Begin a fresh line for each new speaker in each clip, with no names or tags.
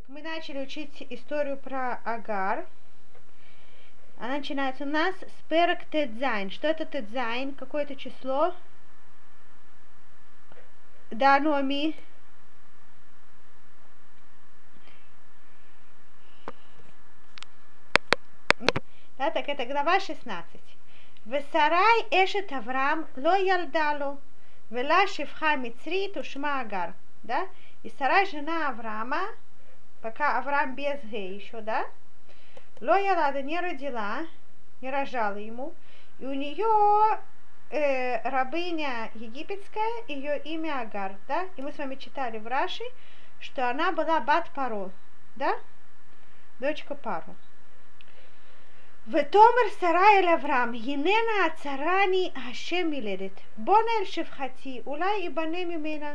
Мы начали учить историю про Агар. Она начинается у нас с перек тедзайн. Что это тедзайн? Какое-то число? Да, Номи. Да, так это глава 16. Весарай эшет Авраам ло ялдалу, вела шифха мицрит ушма Агар. Да? И Сарай, жена Авраама, пока Авраам без гей еще, да? Ло ялада не родила, не рожала ему, и у нее рабыня египетская, ее имя Агар, да? И мы с вами читали в Раши, что она была бат Паро, да? Дочка Паро. ותאמר שרה אל אברהם, הננה עצרני השם מלדת, בוא נא אל שפחתי, אולי ייבנה ממנה.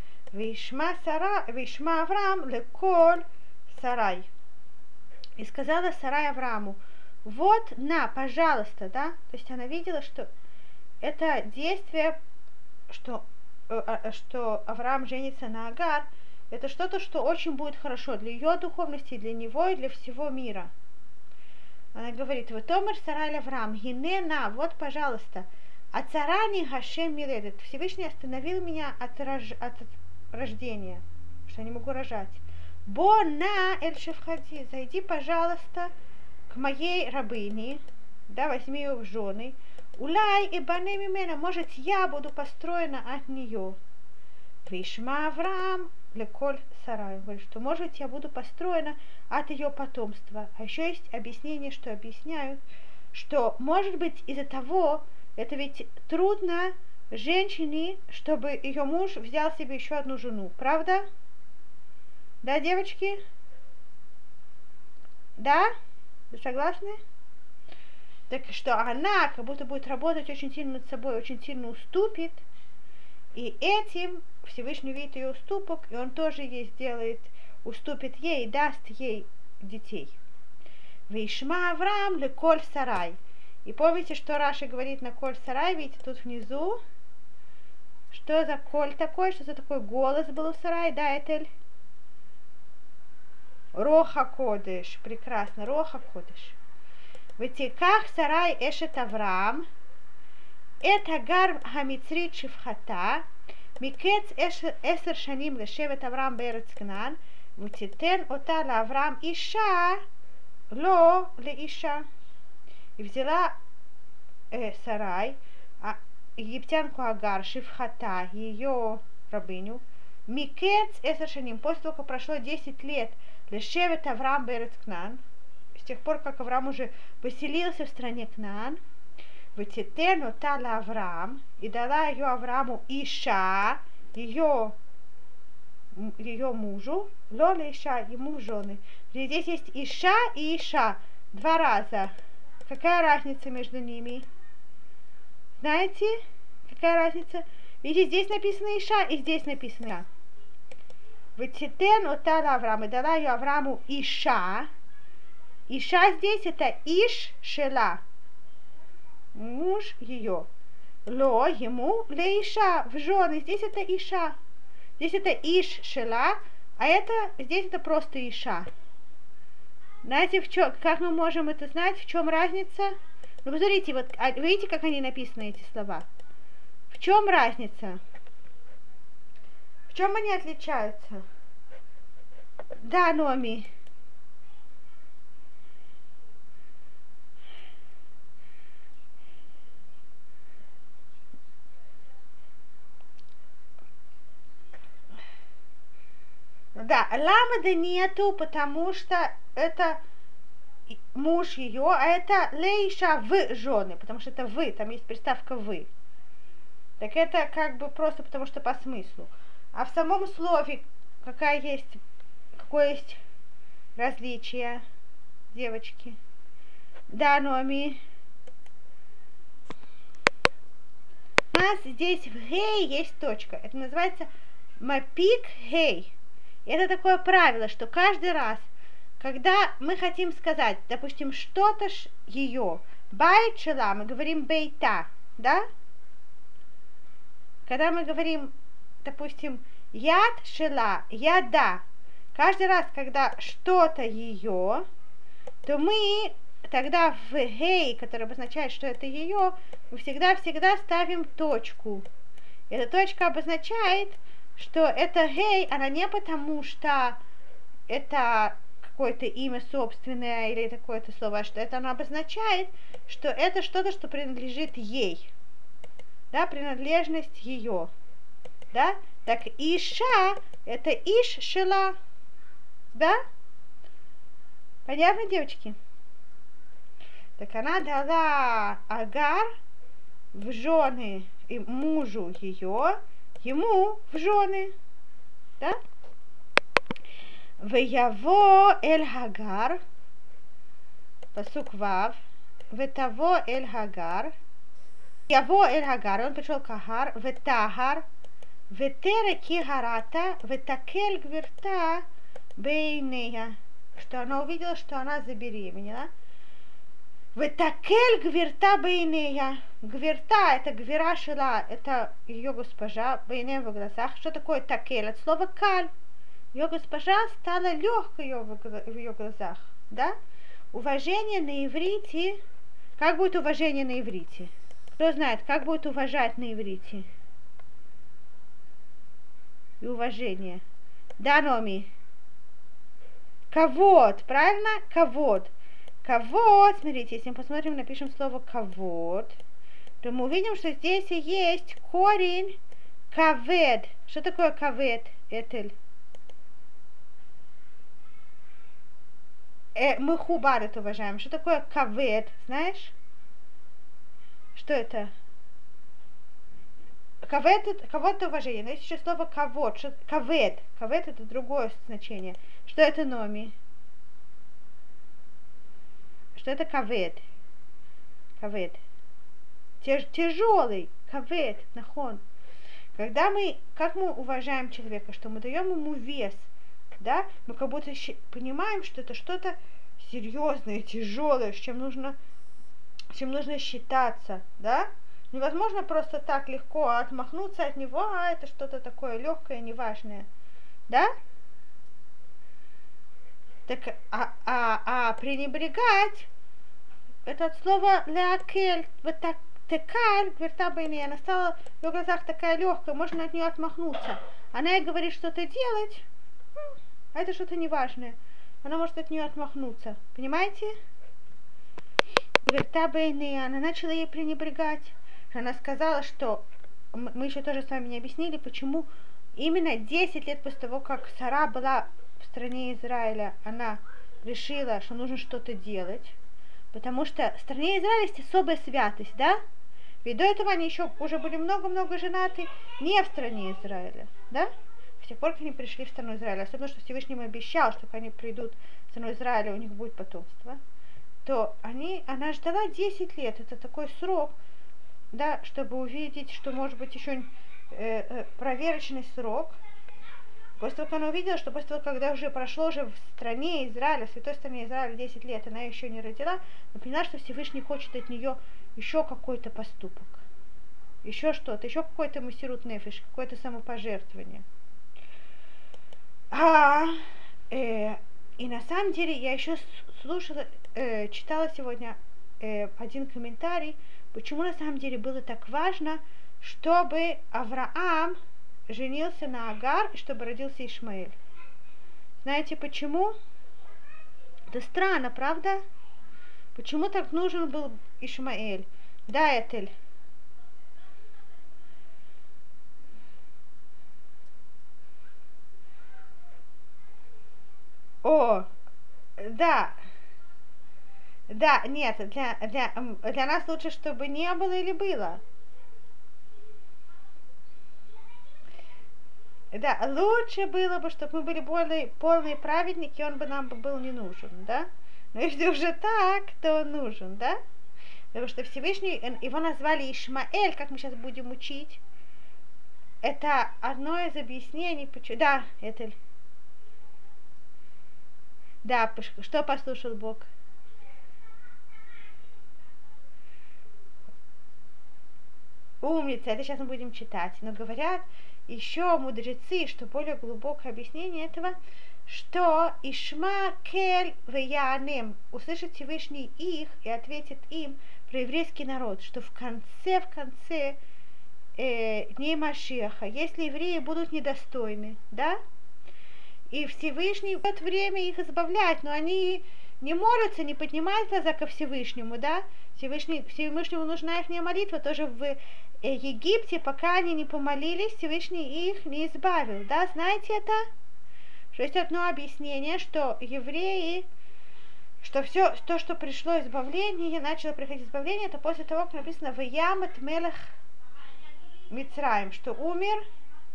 וישמע אברהם לכל Сарай. И сказала Сарай Аврааму, вот, на, пожалуйста, да? То есть она видела, что это действие, что Авраам женится на Агар, это что-то, что очень будет хорошо для ее духовности, для него и для всего мира. Она говорит, вот Омар Сарай Авраам, гинена, вот, пожалуйста, ацарани Хашем миледет, Всевышний остановил меня от рождения, что я не могу рожать. Бо на эль шефхати, зайди, пожалуйста, к моей рабыне, да, возьми ее в жены. Улай и бане мимена, может, я буду построена от нее. Вишма Авраам леколь Сарай, говорит, что, может, я буду построена от ее потомства. А еще есть объяснение, что объясняют, что, может быть, из-за того, это ведь трудно женщине, чтобы ее муж взял себе еще одну жену, правда? Да, девочки? Да? Вы согласны? Так что она как будто будет работать очень сильно над собой, очень сильно уступит, и этим Всевышний увидит ее уступок, и он тоже ей сделает, уступит ей, даст ей детей. Вишма Авраам леколь Сарай. И помните, что Раши говорит на коль Сарай, видите, тут внизу, что за коль такой, что за такой голос был у Сарай, да, Этель? Роха Кодыш, прекрасно, Роха Кодыш. Вытеках Сарай эшет Авраам, это Агар Хамицрит Шифхата, Микец эсер шаним лешевет Авраам берец Кнан, вытитен ота ла Авраам иша, ло ле иша. И взяла Сарай, египтянку Агар, Шифхата, ее рабыню, Микец эсер шаним, после того, как прошло 10 лет, лешевет Авраам берец Кнан, с тех пор, как Авраам уже поселился в стране Кнаан, вытитен ота ла Авраам, и дала ее Аврааму Иша, ее мужу, лоля Иша, ему в жены. Здесь есть Иша и Иша, два раза. Какая разница между ними? Знаете, какая разница? Видите, здесь написано Иша, и здесь написано Иша. Вытитен ота ла Авраам, и дала ее Аврааму Иша. Иша здесь это Иш Шела, муж ее. Ло ему ле Иша, в жены. Здесь это Иша. Здесь это Иш Шела, а это здесь это просто Иша. Знаете, как мы можем это знать? В чем разница? Ну, посмотрите, вот видите, как они написаны, эти слова? В чем разница? В чем они отличаются? Да, Номи. Да, ламада нету, потому что это муж ее, а это лейша в жены, потому что это вы, там есть приставка вы. Так это как бы просто потому что по смыслу. А в самом слове какое есть различие, девочки? Да, Номи. У нас здесь в гей есть точка. Это называется мапик гей. Это такое правило, что каждый раз, когда мы хотим сказать, допустим, что-то ее, байт шела, мы говорим бейта, да? Когда мы говорим, допустим, яд шела, яда, Каждый раз, когда что-то ее, то мы тогда в гей, который обозначает, что это ее, мы всегда-всегда ставим точку. Эта точка обозначает, что это гей, она не потому, что это какое-то имя собственное или какое-то слово, а что это она обозначает, что это что-то, что принадлежит ей. Да, принадлежность ее. Да? Так Иша, это Иш Шела. Да? Понятно, девочки? Так она дала Агар в жены и мужу ее, ему в жены. Да? Вяво эль Хагар, пасук Вав, ветаво эль Хагар, яво эль Хагар, он пришел к Агар, ветахар, ветера кигарата, ветакель гвирта бейнея, что она увидела, что она забеременела. Ветакель гвирта бейнея, гвирта это гвира шила, это ее госпожа, бейнея в глазах. Что такое такель? От слова каль. Ее госпожа стала легкой в ее глазах, да? Уважение на иврите. Как будет уважение на иврите? Кто знает, как будет уважать на иврите? И уважение. Да, Номи? Кавод, правильно? Кавод. Кавод, смотрите, если мы посмотрим, напишем слово кавод, то мы увидим, что здесь есть корень кавед. Что такое кавед, Этель? Мы хубар это уважаем. Что такое кавед, знаешь? Что это? Кавед это уважение. Но есть еще слово кавод. Кавед. Кавед это другое значение. Что это, Номи? Что это кавед? Кавед. Тяжелый. Кавед. Нахон. Как мы уважаем человека, что мы даем ему вес, да, мы как будто понимаем, что это что-то серьезное, тяжелое, с чем нужно считаться, да. Невозможно просто так легко отмахнуться от него, а это что-то такое легкое, неважное, да. Так, пренебрегать это от слова леакель, вот так. Текаль, гверта бейни, она стала в ее глазах такая легкая, можно от нее отмахнуться. Она ей говорит что-то делать, а это что-то неважное. Она может от нее отмахнуться. Понимаете? Гверта бейни, она начала ей пренебрегать. Она сказала, что мы еще тоже с вами не объяснили, почему именно 10 лет после того, как Сара была в стране Израиля, она решила, что нужно что-то делать. Потому что в стране Израиля есть особая святость, да? Ведь до этого они еще уже были много-много женаты не в стране Израиля, да? С тех пор, как они пришли в страну Израиля, особенно, что Всевышний им обещал, что когда они придут в страну Израиля, у них будет потомство, то она ждала 10 лет, это такой срок, да, чтобы увидеть, что может быть еще проверочный срок. После того, как она увидела, что после того, когда уже прошло уже в стране Израиля, в святой стране Израиля 10 лет, она еще не родила, она поняла, что Всевышний хочет от нее еще какой-то поступок, еще что-то, еще какой-то масирут нефиш, какое-то самопожертвование. И на самом деле я еще читала сегодня один комментарий, почему на самом деле было так важно, чтобы Авраам женился на Агар, и чтобы родился Ишмаэль. Знаете почему? Это странно, правда? Почему так нужен был Ишмаэль? Да, Этель. О, да. Да, нет, для нас лучше, чтобы не было или было. Да, лучше было бы, чтобы мы были более полные праведники, он бы нам был не нужен, да? Но если уже так, то он нужен, да? Потому что Всевышний, его назвали Ишмаэль, как мы сейчас будем учить. Это одно из объяснений, почему... Да, это... Да, что послушал Бог? Умница, это сейчас мы будем читать. Но говорят еще мудрецы, что более глубокое объяснение этого, что Ишма Кель Веянем, услышит Всевышний их и ответит им про еврейский народ, что в конце дней Машеха, если евреи будут недостойны, да, и Всевышний в это время их избавляет, но они не молятся, не поднимают глаза ко Всевышнему, да, Всевышнему нужна их молитва, тоже в Египте, пока они не помолились, Всевышний их не избавил, да, знаете это? Что есть одно объяснение, что евреи, что все то, что пришло избавление, начало приходить избавление, это после того, как написано «Ваямат мелех Мицраим», что умер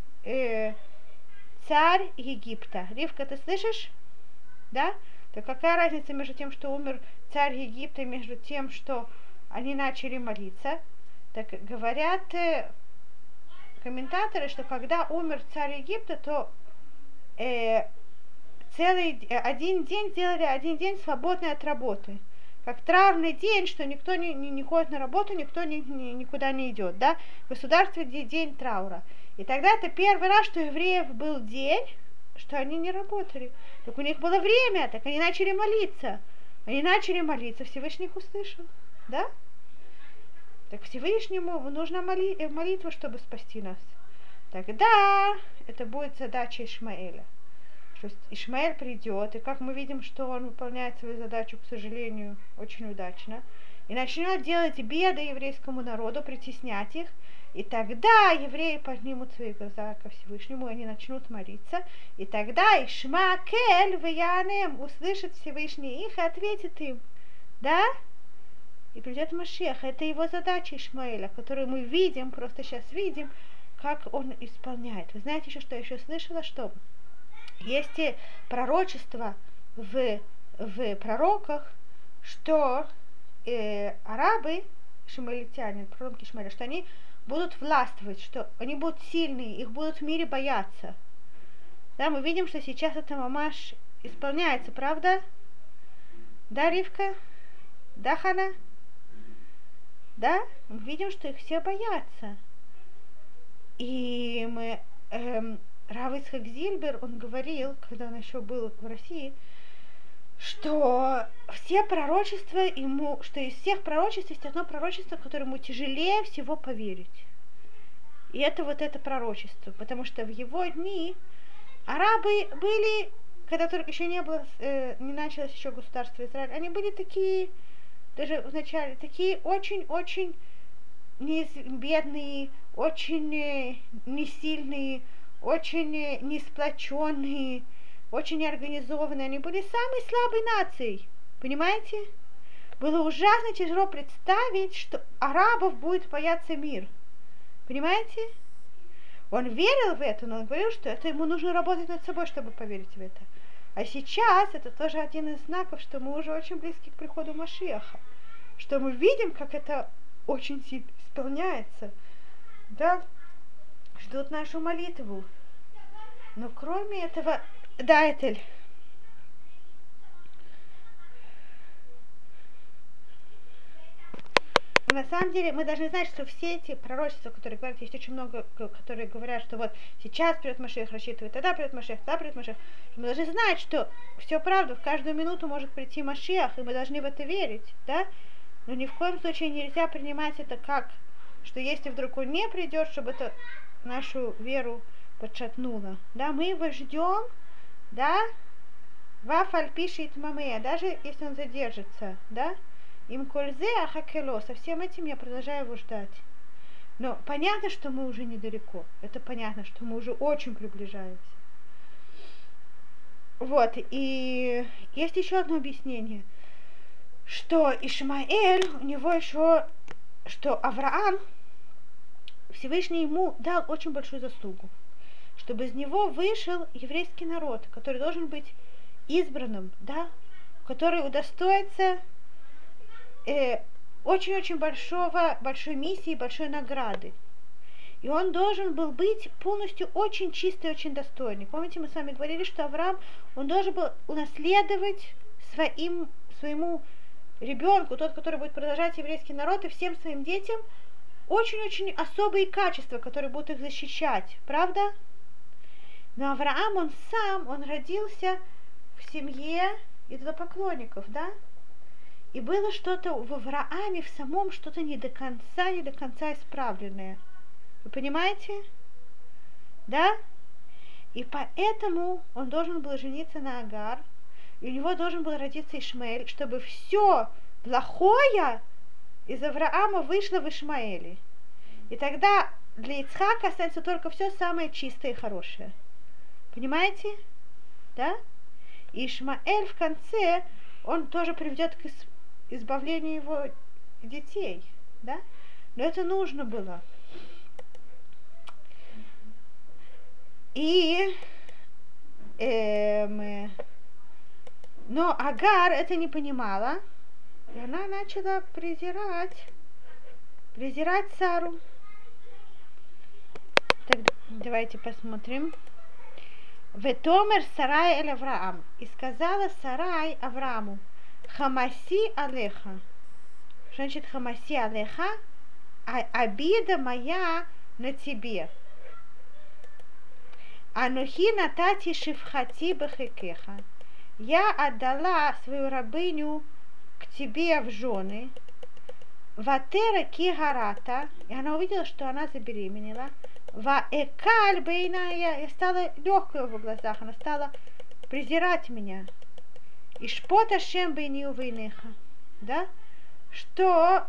царь Египта. Ривка, ты слышишь? Да? Так какая разница между тем, что умер царь Египта, и между тем, что они начали молиться? Так говорят комментаторы, что когда умер царь Египта, то один день сделали один день свободный от работы. Как траурный день, что никто не ходит на работу, никто никуда не идет. Да? В государстве день траура. И тогда это первый раз, что у евреев был день, что они не работали. Так у них было время, так они начали молиться. Всевышний их услышал. Да? Так Всевышнему нужна молитва, чтобы спасти нас. Тогда это будет задача Ишмаэля. Что Ишмаэль придет, и как мы видим, что он выполняет свою задачу, к сожалению, очень удачно, и начнет делать беды еврейскому народу, притеснять их, и тогда евреи поднимут свои глаза ко Всевышнему, и они начнут молиться, и тогда Ишма Кель Веянем услышит Всевышний их и ответит им, да? И придет Машех. Это его задача Ишмаэля, которую мы видим, просто сейчас видим, как он исполняет. Вы знаете еще, что я еще слышала, что есть пророчество в пророках, что арабы, шималитяне, пророки Ишмаэля, что они будут властвовать, что они будут сильные, их будут в мире бояться. Да, мы видим, что сейчас это мамаш исполняется, правда? Да, Ривка? Да, Хана? Да? Мы видим, что их все боятся. И мы... Рав Ицхак Зильбер, он говорил, когда он еще был в России, что все пророчества ему, что из всех пророчеств есть одно пророчество, которому тяжелее всего поверить. И это вот это пророчество, потому что в его дни арабы были, когда только еще не было, не началось еще государство Израиль, они были такие, даже вначале, такие очень-очень бедные, очень несильные, очень несплоченные, очень неорганизованные. Они были самой слабой нацией. Понимаете? Было ужасно тяжело представить, что арабов будет бояться мир. Понимаете? Он верил в это, но он говорил, что это ему нужно работать над собой, чтобы поверить в это. А сейчас это тоже один из знаков, что мы уже очень близки к приходу Машиаха. Что мы видим, как это очень сильно исполняется. Да? Ждут нашу молитву. Но кроме этого, да, Этель. На самом деле мы должны знать, что все эти пророчества, которые говорят, есть очень много, которые говорят, что вот сейчас придет Машиах, рассчитывает, тогда придет Машиах, тогда придет Машиах. Мы должны знать, что все правда, в каждую минуту может прийти Машиах, и мы должны в это верить, да? Но ни в коем случае нельзя принимать это как, что если вдруг он не придет, чтобы это нашу веру подшатнуло. Да, мы его ждем, да, вафаль пишет маме, даже если он задержится, да, им кользе ахакело, со всем этим я продолжаю его ждать. Но понятно, что мы уже недалеко, это понятно, что мы уже очень приближаемся. Вот, и есть еще одно объяснение, что Ишмаэль, у него еще, что Авраам, Всевышний ему дал очень большую заслугу, чтобы из него вышел еврейский народ, который должен быть избранным, да, который удостоится очень-очень большой миссии, большой награды. И он должен был быть полностью очень чистый, очень достойный. Помните, мы с вами говорили, что Авраам, он должен был унаследовать своему ребенку, тот, который будет продолжать еврейский народ, и всем своим детям, очень-очень особые качества, которые будут их защищать, правда? Но Авраам, он родился в семье идолопоклонников, да? И было что-то в Аврааме, в самом, что-то не до конца исправленное. Вы понимаете? Да? И поэтому он должен был жениться на Агар, и у него должен был родиться Ишмаэль, чтобы все плохое из Авраама вышло в Ишмаэле. И тогда для Ицхака останется только все самое чистое и хорошее. Понимаете? Да? И Ишмаэль в конце, он тоже приведет к избавлению его детей. Да? Но это нужно было. И но Агар это не понимала, и она начала презирать Сару. Так, давайте посмотрим. Ветомер Сарай эль Авраам. И сказала Сарай Аврааму: Хамаси алеха. Что значит Хамаси алеха? Обида моя на тебе. Анухи натати шифхати бахекеха. Я отдала свою рабыню к тебе в жены. Ватера кигарата. И она увидела, что она забеременела. Ваэкаль бейная. Я стала легкой в глазах. Она стала презирать меня. И шпота шем бейнию вейнеха. Да? Что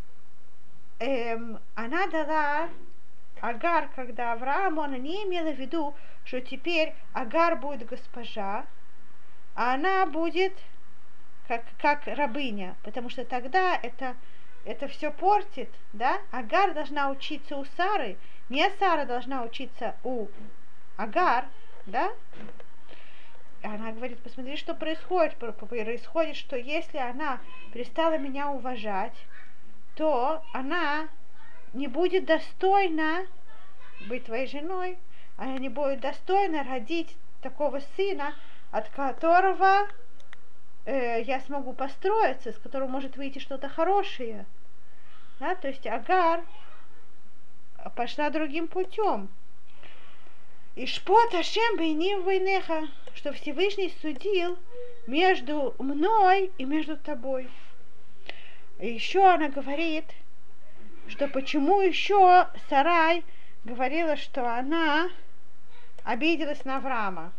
она дала Агар, когда Аврааму, она не имела в виду, что теперь Агар будет госпожа, а она будет как рабыня, потому что тогда это все портит, да? Агар должна учиться у Сары, не Сара должна учиться у Агар, да? Она говорит: посмотри, что происходит. Происходит, что если она перестала меня уважать, то она не будет достойна быть твоей женой, она не будет достойна родить такого сына, от которого я смогу построиться, с которого может выйти что-то хорошее. Да? То есть Агар пошла другим путем. И шпот Ашем бейним вейнеха, что Всевышний судил между мной и между тобой. И еще она говорит, что почему еще Сарай говорила, что она обиделась на Авраама.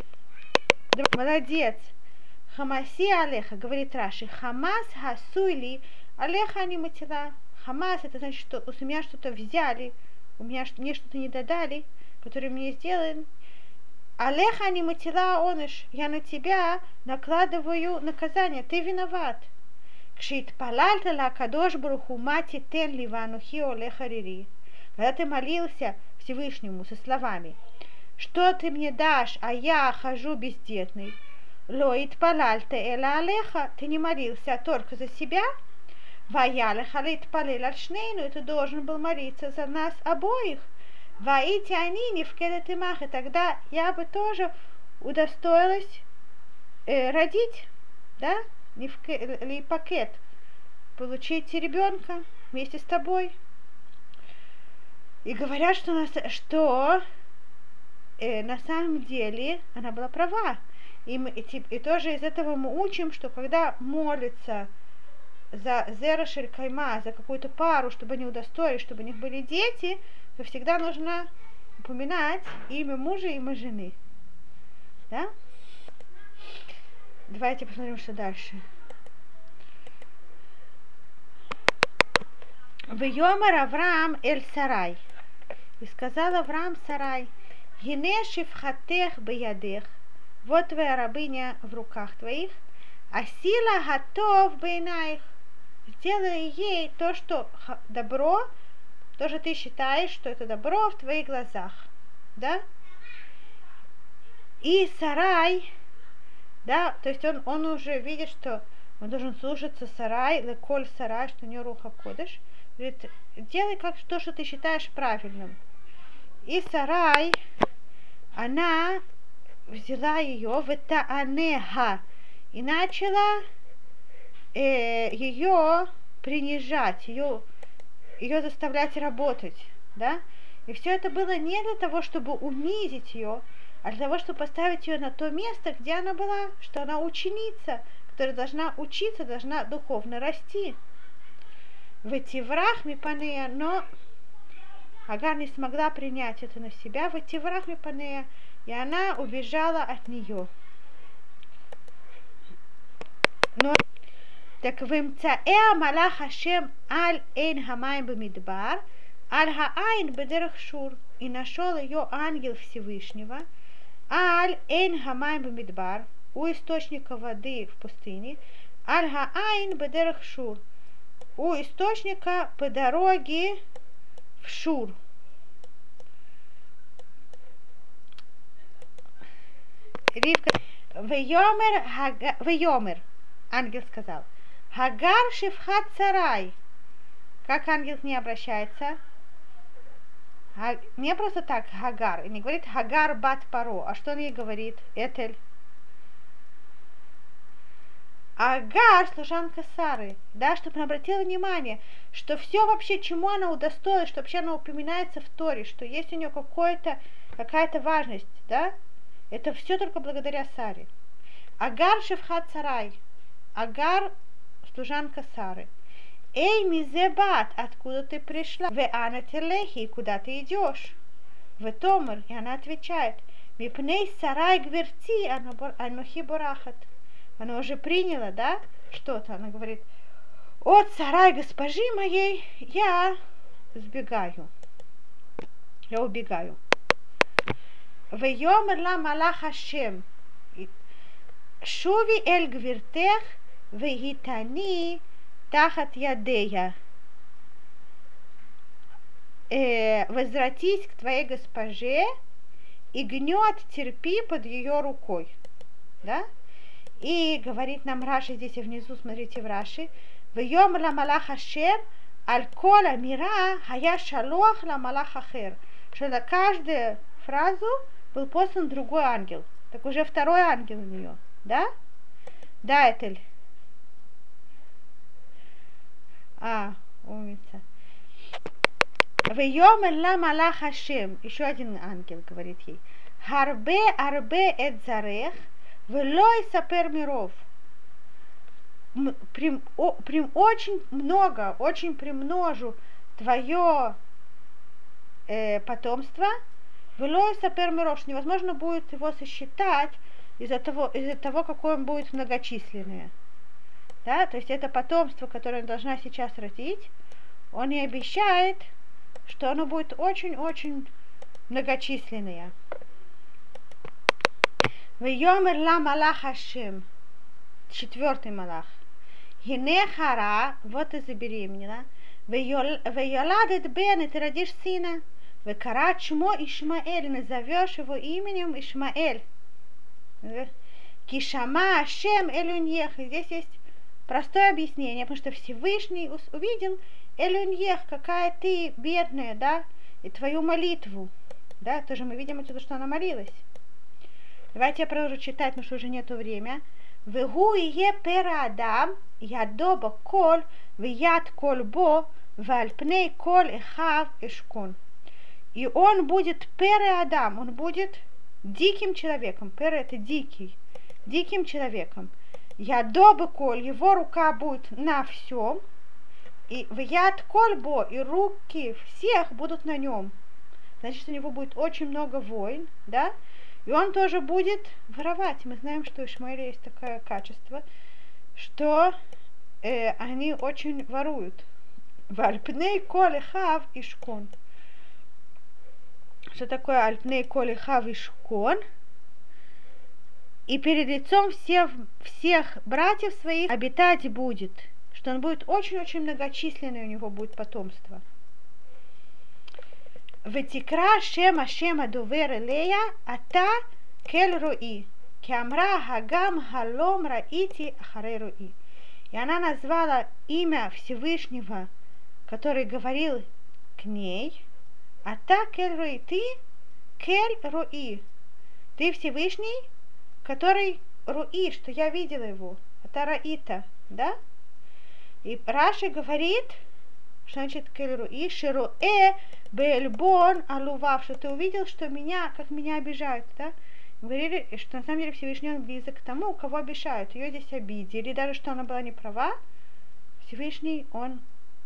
Молодец. Хамаси алеха, говорит Раши. Хамас хасуйли алеха не матила. Хамас, это значит, что у меня что-то взяли, мне что-то не додали, которое мне сделали. Алеха не матила оныш. Я на тебя накладываю наказание. Ты виноват. Кшитпалальта ла кадош баруху мати тен ливанухи олеха рири. Когда ты молился Всевышнему со словами: что ты мне дашь, а я хожу бездетный. Лоит палальта эла алеха. Ты не молился только за себя. Ваялеха лит палел альшнейну. И ты должен был молиться за нас обоих. Ваити они не в кедетимах. И тогда я бы тоже удостоилась родить, да? Не в пакет, получить ребенка вместе с тобой. И говорят, что на самом деле она была права. И тоже из этого мы учим, что когда молится за Зера Шель Кайма, за какую-то пару, чтобы они удостоились, чтобы у них были дети, то всегда нужно упоминать имя мужа и имя жены. Да? Давайте посмотрим, что дальше. Вьомар Авраам эль Сарай. И сказал Авраам Сарай: Гине шифхатех беядех. Вот твоя рабыня в руках твоих. А сила готов бейнаих. Сделай ей то, что добро, то, что ты считаешь, что это добро в твоих глазах. Да? И Сарай, да, то есть он уже видит, что он должен слушаться Сарай, леколь Сарай, что не руха кодыш. Говорит: делай как то, что ты считаешь правильным. И Сарай, она взяла ее в таанеха и начала ее принижать, ее ее заставлять работать, да? И все это было не для того, чтобы унизить ее, а для того, чтобы поставить ее на то место, где она была, что она ученица, которая должна учиться, должна духовно расти. Ветиврах мипанея, но Агар не смогла принять это на себя, ветиврах мипанея, и она убежала от нее. Но так вимцаэ малах Хашем аль эйн хамайм бамидбар, аль хаайн бедерех шур, и нашел ее ангел Всевышнего, аль эйн хамайм бамидбар, у источника воды в пустыне, аль хаайн бедерех шур, у источника по дороге в Шур. Ривка Вейомер, ангел сказал, Хагар шифхат сарай. Как ангел к ней обращается? Не просто так Хагар, и не говорит Хагар бат паро, а что он ей говорит? Этель. Агар, служанка Сары, да, чтобы она обратила внимание, что все вообще, чему она удостоилась, что вообще она упоминается в Торе, что есть у нее какая-то важность, да, это все только благодаря Саре. Агар шефхат сарай, Агар, служанка Сары. Эй, мизебат, откуда ты пришла? Ве ана телехи, куда ты идешь? Ве томер, и она отвечает, мипней сарай гверти, анухи борахат. Она уже приняла, да, что-то. Она говорит, от сарай госпожи моей я сбегаю. Я убегаю. Вейомер ла малах Хашем. Шуви эль гвиртех вегитани тахат ядея. Возвратись к твоей госпоже и гнет терпи под ее рукой. Да? И говорит нам Раши здесь и внизу, смотрите в Раши, «Вьем ла малах Хашем, аль кола мира, хая шалох ла малах ахер», что на каждую фразу был послан другой ангел. Так уже второй ангел у нее, да? Да, Этель. Умница. «Вьем ла малах Хашем», еще один ангел говорит ей, «Харбе арбе эт зарех, Велой сапер миров. Очень много, очень примножу твое потомство. Велой сапер миров. Невозможно будет его сосчитать из-за того, какое он будет многочисленное. Да? То есть это потомство, которое он должна сейчас родить, он ей обещает, что оно будет очень-очень многочисленное. Вейомер ла малах Хашем, четвертый малах. Гине хара, вот и забеременела. Вейоладет бен, и ты родишь сына. Векарат шмо Ишмаэль, назовешь его именем Ишмаэль. Кишама Ашем Элюньех. Здесь есть простое объяснение, потому что Всевышний увидел Элюньех, какая ты бедная, да, и твою молитву. Да, тоже мы видим отсюда, что она молилась. Давайте я продолжу читать, потому что уже нету времени. Вегу ие пера адам, ядоба кол, вияд кол бо, вальпней кол эхав эшкон. И он будет пера адам, он будет диким человеком. Пера это дикий, диким человеком. Ядоба кол, его рука будет на всем. И вияд кол бо, и руки всех будут на нем. Значит, у него будет очень много войн, да? И он тоже будет воровать. Мы знаем, что у Ишмаэля есть такое качество, что они очень воруют. Альпней коли хав и шкон. Что такое альпней коли хав и шкон? И перед лицом всех братьев своих обитать будет. Что он будет очень-очень многочисленный, у него будет потомство. ותקרא שם השם הדובר אליה, אתה כל רואי, כי אמרה הגם הלום ראיתי אחרי רואי. И она назвала имя Всевышнего, который говорил к ней, ата кель рои, ты кель рои, ты Всевышний, который руи, что я видела его, ата раита, да? И Раши говорит, Что значит кельруи? Шируэ бельбон алував, что ты увидел, что меня, как меня обижают, да? Говорили, что на самом деле Всевышний он близок к тому, кого обижают. Ее здесь обидели, даже что она была не права, Всевышний он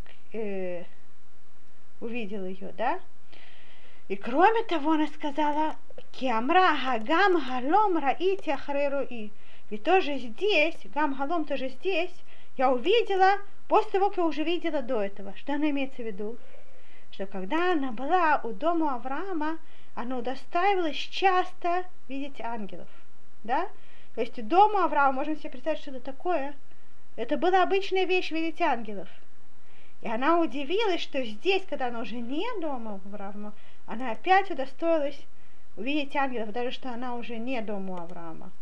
увидел ее, да? И кроме того, она сказала, киамра хагам галом раити ахреруи. И тоже здесь, гам галом тоже здесь, я увидела, после того, как я уже видела до этого. Что она имеется в виду? Что когда она была у дома Авраама, она удостаивалась часто видеть ангелов. Да? То есть дома Авраама, можем себе представить, что это такое. Это была обычная вещь видеть ангелов. И она удивилась, что здесь, когда она уже не дома Авраама, она опять удостоилась увидеть ангелов, даже что она уже не дома Авраама.